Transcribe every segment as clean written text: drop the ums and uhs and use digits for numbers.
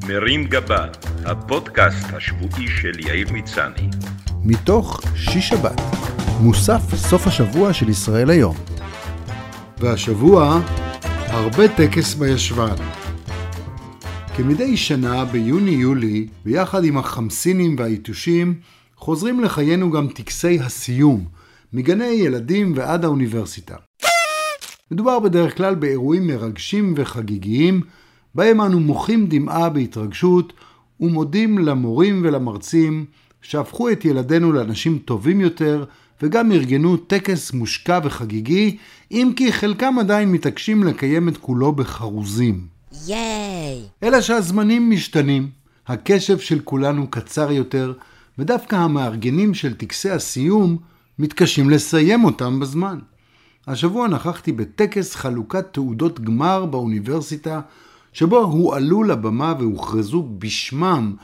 מרים גבה, הפודקאסט השבועי של יאיר מצני. מתוך שיש שבת, מוסף סוף השבוע של ישראל היום. והשבוע, הרבה טקס בישבן. כמדי שנה ביוני-יולי, ביחד עם החמסינים והיתושים, חוזרים לחיינו גם טקסי הסיום, מגני ילדים ועד האוניברסיטה. מדובר בדרך כלל באירועים מרגשים וחגיגיים, בהם אנו מוחים דמעה בהתרגשות ומודים למורים ולמרצים שהפכו את ילדינו לאנשים טובים יותר וגם ארגנו טקס מושקע וחגיגי, אם כי חלקם עדיין מתעקשים לקיים את כולו בחרוזים. ייי! אלא שהזמנים משתנים, הקשב של כולנו קצר יותר, ודווקא המארגנים של טקסי הסיום מתקשים לסיים אותם בזמן. השבוע נכחתי בטקס חלוקת תעודות גמר באוניברסיטה, שבו הועלו לבמה והוכרזו בשמם,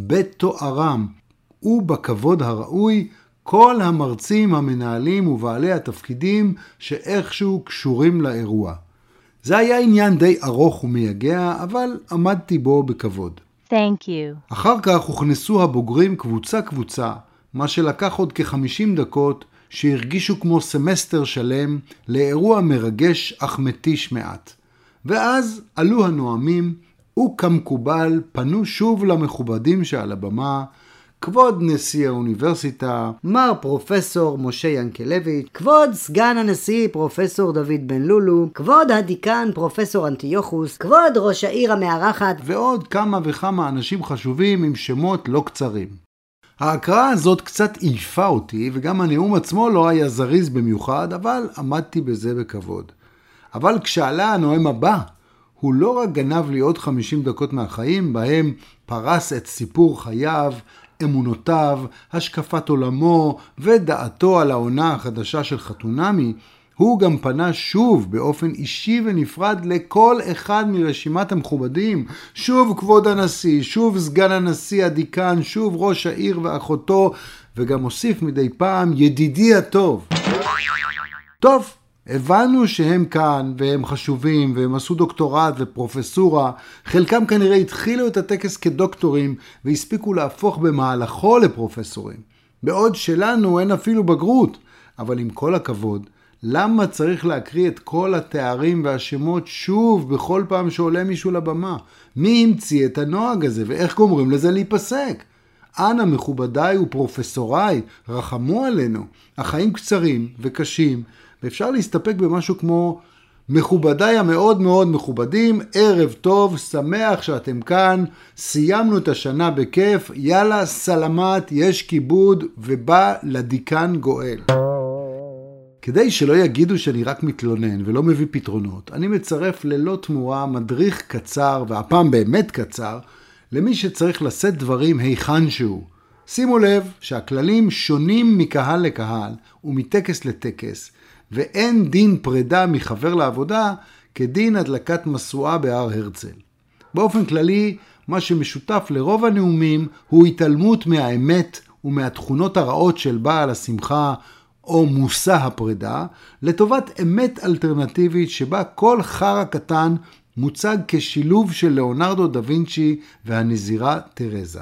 בתוארם ובכבוד הראוי כל המרצים, המנהלים ובעלי התפקידים שאיכשהו קשורים לאירוע. זה היה עניין די ארוך ומייגע, אבל עמדתי בו בכבוד. Thank you. אחר כך הוכנסו הבוגרים קבוצה, מה שלקח עוד כ-50 דקות, שהרגישו כמו סמסטר שלם לאירוע מרגש אך מתיש מעט. ואז עלו הנואמים, וכמקובל פנו שוב למכובדים שעל הבמה, כבוד נשיא האוניברסיטה, מר פרופסור משה ינקלביץ', כבוד סגן הנשיא פרופסור דוד בן לולו, כבוד הדיקן פרופסור אנטיוכוס, כבוד ראש העיר המארחת, ועוד כמה וכמה אנשים חשובים עם שמות לא קצרים. ההקראה הזאת קצת עייפה אותי, וגם הנאום עצמו לא היה זריז במיוחד, אבל עמדתי בזה בכבוד. אבל כשעלה הנואם הבא, הוא לא רק גנב לי עוד 50 דקות מהחיים, בהם פרס את סיפור חייו, אמונותיו, השקפת עולמו ודעתו על העונה החדשה של חתונמי, הוא גם פנה שוב באופן אישי ונפרד לכל אחד מרשימת המכובדים, שוב כבוד הנשיא, שוב סגן הנשיא הדיקן, שוב ראש העיר ואחותו, וגם הוסיף מדי פעם ידידי הטוב. טוב, הבנו שהם כאן והם חשובים והם עשו דוקטורט ופרופסורה, חלקם כנראה התחילו את הטקס כדוקטורים והספיקו להפוך במהלכו לפרופסורים. בעוד שלנו אין אפילו בגרות, אבל עם כל הכבוד, למה צריך להקריא את כל התארים והשמות שוב בכל פעם שעולה מישהו לבמה? מי המציא את הנוהג הזה ואיך גומרים לזה להיפסק? אנא מכובדיי ופרופסוריי, רחמו עלינו. החיים קצרים וקשים, ואפשר להסתפק במשהו כמו מכובדיי המאוד מאוד מכובדים, ערב טוב, שמח שאתם כאן, סיימנו את השנה בכיף, יאללה סלמת, יש כיבוד ובא לדיקן גואל. כדי שלא יגידו שאני רק מתלונן ולא מביא פתרונות, אני מצרף ללא תמורה מדריך קצר, והפעם באמת קצר, למי שצריך לשאת דברים היכן שהוא. שימו לב שהכללים שונים מקהל לקהל ומטקס לטקס, ואין דין פרידה מחבר לעבודה כדין הדלקת משואה בהר הרצל. באופן כללי, מה שמשותף לרוב הנאומים הוא התעלמות מהאמת ומהתכונות הרעות של בעל השמחה או מושא הפרידה, לטובת אמת אלטרנטיבית שבה כל חרא קטן מוצג כשילוב של ליאונרדו דה וינצ'י והנזירה תרזה.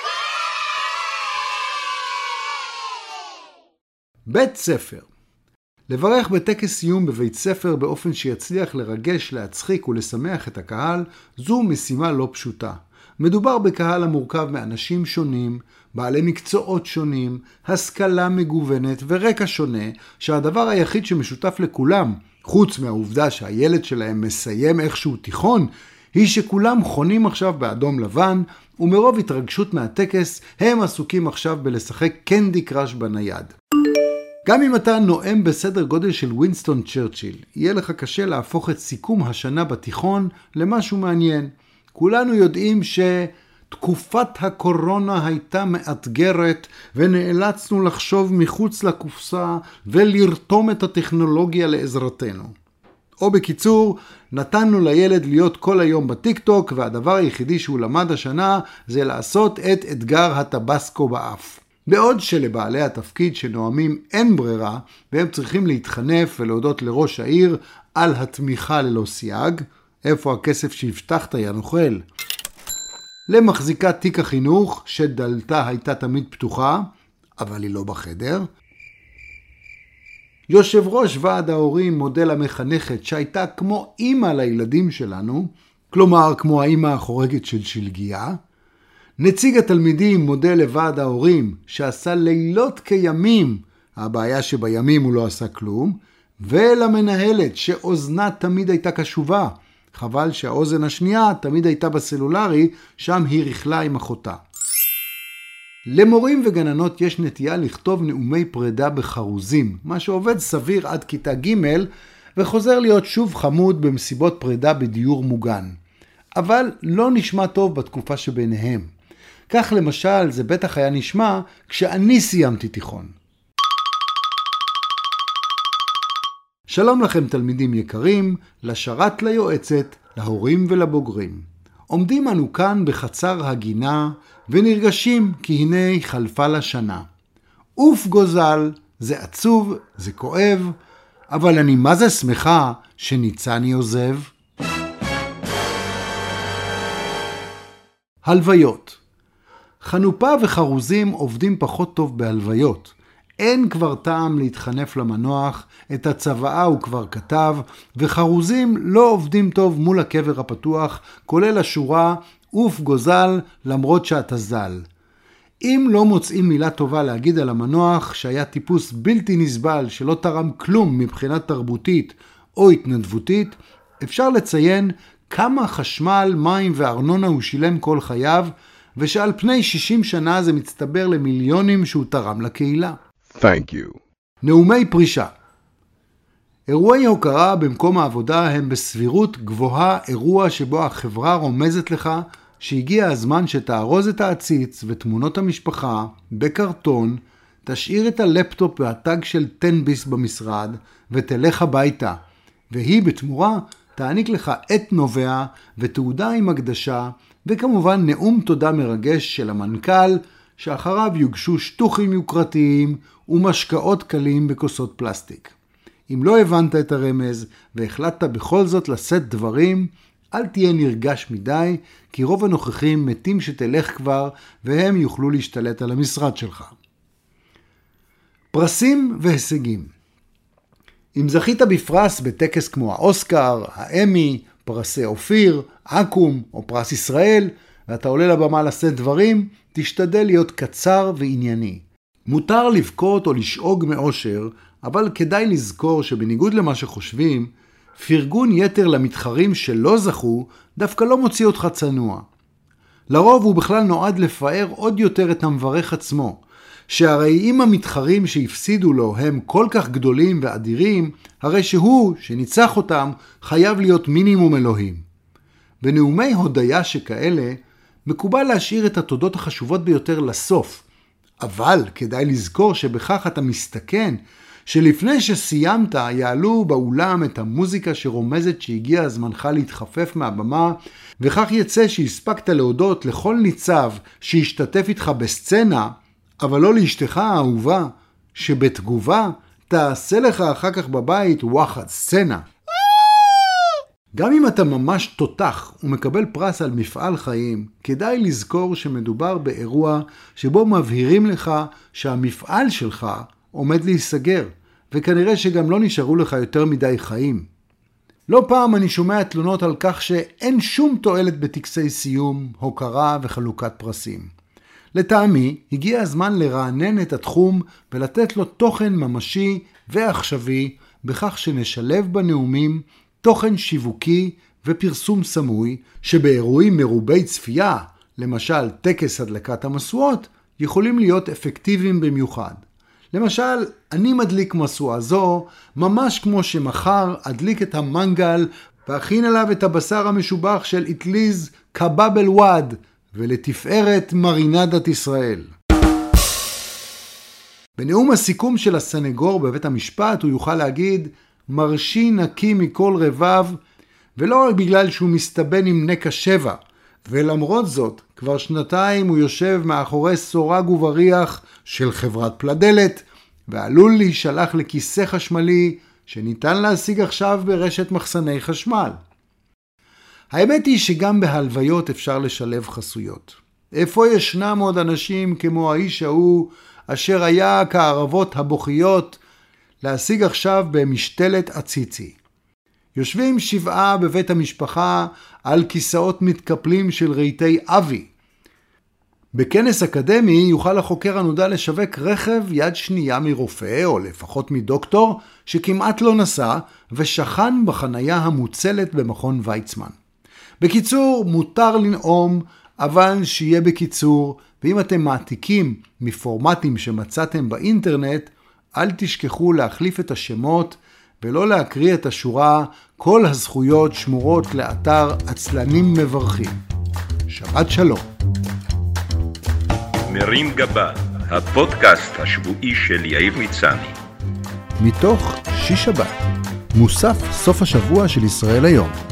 בית ספר. לברך בטקס סיום בבית ספר באופן שיצליח לרגש, להצחיק ולשמח את הקהל, זו משימה לא פשוטה. מדובר בקהל המורכב מאנשים שונים, בעלי מקצועות שונים, השכלה מגוונת ורקע שונה, שהדבר היחיד שמשותף לכולם, חוץ מהעובדה שהילד שלהם מסיים איכשהו תיכון, היא שכולם חונים עכשיו באדום לבן, ומרוב התרגשות מהטקס הם עסוקים עכשיו בלשחק קנדי קראש בנייד. גם אם אתה נואם בסדר גודל של ווינסטון צ'רצ'יל, יהיה לך קשה להפוך את סיכום השנה בתיכון למשהו מעניין. כולנו יודעים שתקופת הקורונה הייתה מאתגרת ונאלצנו לחשוב מחוץ לקופסה ולרתום את הטכנולוגיה לעזרתנו. או בקיצור, נתנו לילד להיות כל היום בטיקטוק, והדבר היחידי שהוא למד השנה זה לעשות את אתגר הטבסקו באף. בעוד שלבעלי התפקיד שנואמים אין ברירה, והם צריכים להתחנף ולהודות לראש העיר על התמיכה ללא סייג, איפה הכסף שהבטחת יא נוכל? למחזיקת תיק החינוך שדלתה הייתה תמיד פתוחה, אבל היא לא בחדר. יושב ראש ועד ההורים מודה למחנכת שהייתה כמו אמא לילדים שלנו, כלומר כמו האמא החורגת של שלגיה. נציג התלמידים מודה לוועד ההורים שעשה לילות כימים, הבעיה שבימים הוא לא עשה כלום, ולמנהלת שאוזנה תמיד הייתה קשובה, חבל שהאוזן השנייה תמיד הייתה בסלולרי, שם היא רכלה עם אחותה. למורים וגננות יש נטייה לכתוב נאומי פרידה בחרוזים, מה שעובד סביר עד כיתה ג' וחוזר להיות שוב חמוד במסיבות פרידה בדיור מוגן. אבל לא נשמע טוב בתקופה שביניהם. כך למשל זה בטח היה נשמע כשאני סיימתי תיכון. שלום לכם תלמידים יקרים, לשרת ליועצת, להורים ולבוגרים. עומדים אנו כאן בחצר הגינה ונרגשים כי הנה חלפה לשנה. אוף גוזל, זה עצוב, זה כואב, אבל אני מה זה שמחה שניצני עוזב. הלוויות. חנופה וחרוזים עובדים פחות טוב בהלוויות. אין כבר טעם להתחנף למנוח, את הצוואה הוא כבר כתב, וחרוזים לא עובדים טוב מול הקבר הפתוח, כולל השורה אוף גוזל למרות שאתה זל. אם לא מוצאים מילה טובה להגיד על המנוח שהיה טיפוס בלתי נסבל שלא תרם כלום מבחינה תרבותית או התנדבותית, אפשר לציין כמה חשמל, מים וארנונה הוא שילם כל חייו, ושעל פני 60 שנה זה מצטבר למיליונים שהוא תרם לקהילה. Thank you. נאומי פרישה. אירועי הוקרה במקום העבודה הם בסבירות גבוהה אירוע שבו החברה רומזת לך שהגיע הזמן שתארוז את העציץ ותמונות המשפחה בקרטון, תשאיר את הלפטופ והטאג של 10 ביס במשרד ותלך הביתה, והיא בתמורה תעניק לך את נובע ותעודה עם הקדשה, וכמובן נאום תודה מרגש של המנכ"ל, שאחריו יוגשו שטוחים יוקרתיים ומשקאות קלים בכוסות פלסטיק. אם לא הבנת את הרמז והחלטת בכל זאת לשאת דברים, אל תהיה נרגש מדי, כי רוב הנוכחים מתים שתלך כבר והם יוכלו להשתלט על המשרד שלך. פרסים והישגים. אם זכית בפרס בטקס כמו האוסקר, האמי, פרסי אופיר, אקו"ם או פרס ישראל, ואתה עולה לבמה לשאת דברים, תשתדל להיות קצר וענייני. מותר לבכות או לשאוג מאושר, אבל כדאי לזכור שבניגוד למה שחושבים, פרגון יתר למתחרים שלא זכו, דווקא לא מוציא אותך צנוע. לרוב הוא בכלל נועד לפאר עוד יותר את המברך עצמו, שהרי אם המתחרים שהפסידו לו הם כל כך גדולים ואדירים, הרי שהוא, שניצח אותם, חייב להיות מינימום אלוהים. בנאומי הודיה שכאלה, מקובל להשאיר את התודות החשובות ביותר לסוף, אבל כדאי לזכור שבכך אתה מסתכן שלפני שסיימת יעלו באולם את המוזיקה שרומזת שהגיע הזמנך להתחפף מהבמה, וכך יצא שהספקת להודות לכל ניצב שהשתתף איתך בסצנה, אבל לא לאשתך האהובה, שבתגובה תעשה לך אחר כך בבית וואחד סצנה. גם אם אתה ממש תותח ומקבל פרס על מפעל חיים, כדאי לזכור שמדובר באירוע שבו מבהירים לך שהמפעל שלך עומד להיסגר, וכנראה שגם לא נשארו לך יותר מדי חיים. לא פעם אני שומע תלונות על כך שאין שום תועלת בטקסי סיום, הוקרה וחלוקת פרסים. לטעמי, הגיע הזמן לרענן את התחום ולתת לו תוכן ממשי ועכשווי, בכך שנשלב בנאומים תוכן שיווקי ופרסום סמוי, שבאירועים מרובי צפייה, למשל טקס הדלקת המשואות, יכולים להיות אפקטיביים במיוחד. למשל, אני מדליק משואה זו, ממש כמו שמחר אדליק את המנגל ואכין עליו את הבשר המשובח של איטליז קבאב אל-וואד, ולתפארת מרינדת ישראל. בנאום הסיכום של הסנגור בבית המשפט הוא יוכל להגיד, מרשי נקי מכל רבב, ולא רק בגלל שהוא מסתבן עם נקע 7, ולמרות זאת, כבר 2 הוא יושב מאחורי סורג ובריח של חברת פלדלת, ועלול להישלח לכיסא חשמלי שניתן להשיג עכשיו ברשת מחסני חשמל. האמת היא שגם בהלוויות אפשר לשלב חסויות. איפה ישנם עוד אנשים כמו האיש ההוא, אשר היה כערבות הבוכיות, להשיג עכשיו במשתלת עציצי. יושבים 7 בבית המשפחה על כיסאות מתקפלים של רהיטי אבי. בכנס אקדמי יוכל החוקר הנודע לשווק רכב יד שנייה מרופא, או לפחות מדוקטור, שכמעט לא נסע, ושכן בחנייה המוצלת במכון ויצמן. בקיצור, מותר לנאום, אבל שיהיה בקיצור, ואם אתם מעתיקים מפורמטים שמצאתם באינטרנט, אל תשכחו להחליף את השמות, ולא להקריא את השורה, כל הזכויות שמורות לאתר עצלנים מברכים. שבת שלום. מרים גבה, הפודקאסט השבועי של יאיר מצני. מתוך שיש שבת, מוסף סוף השבוע של ישראל היום.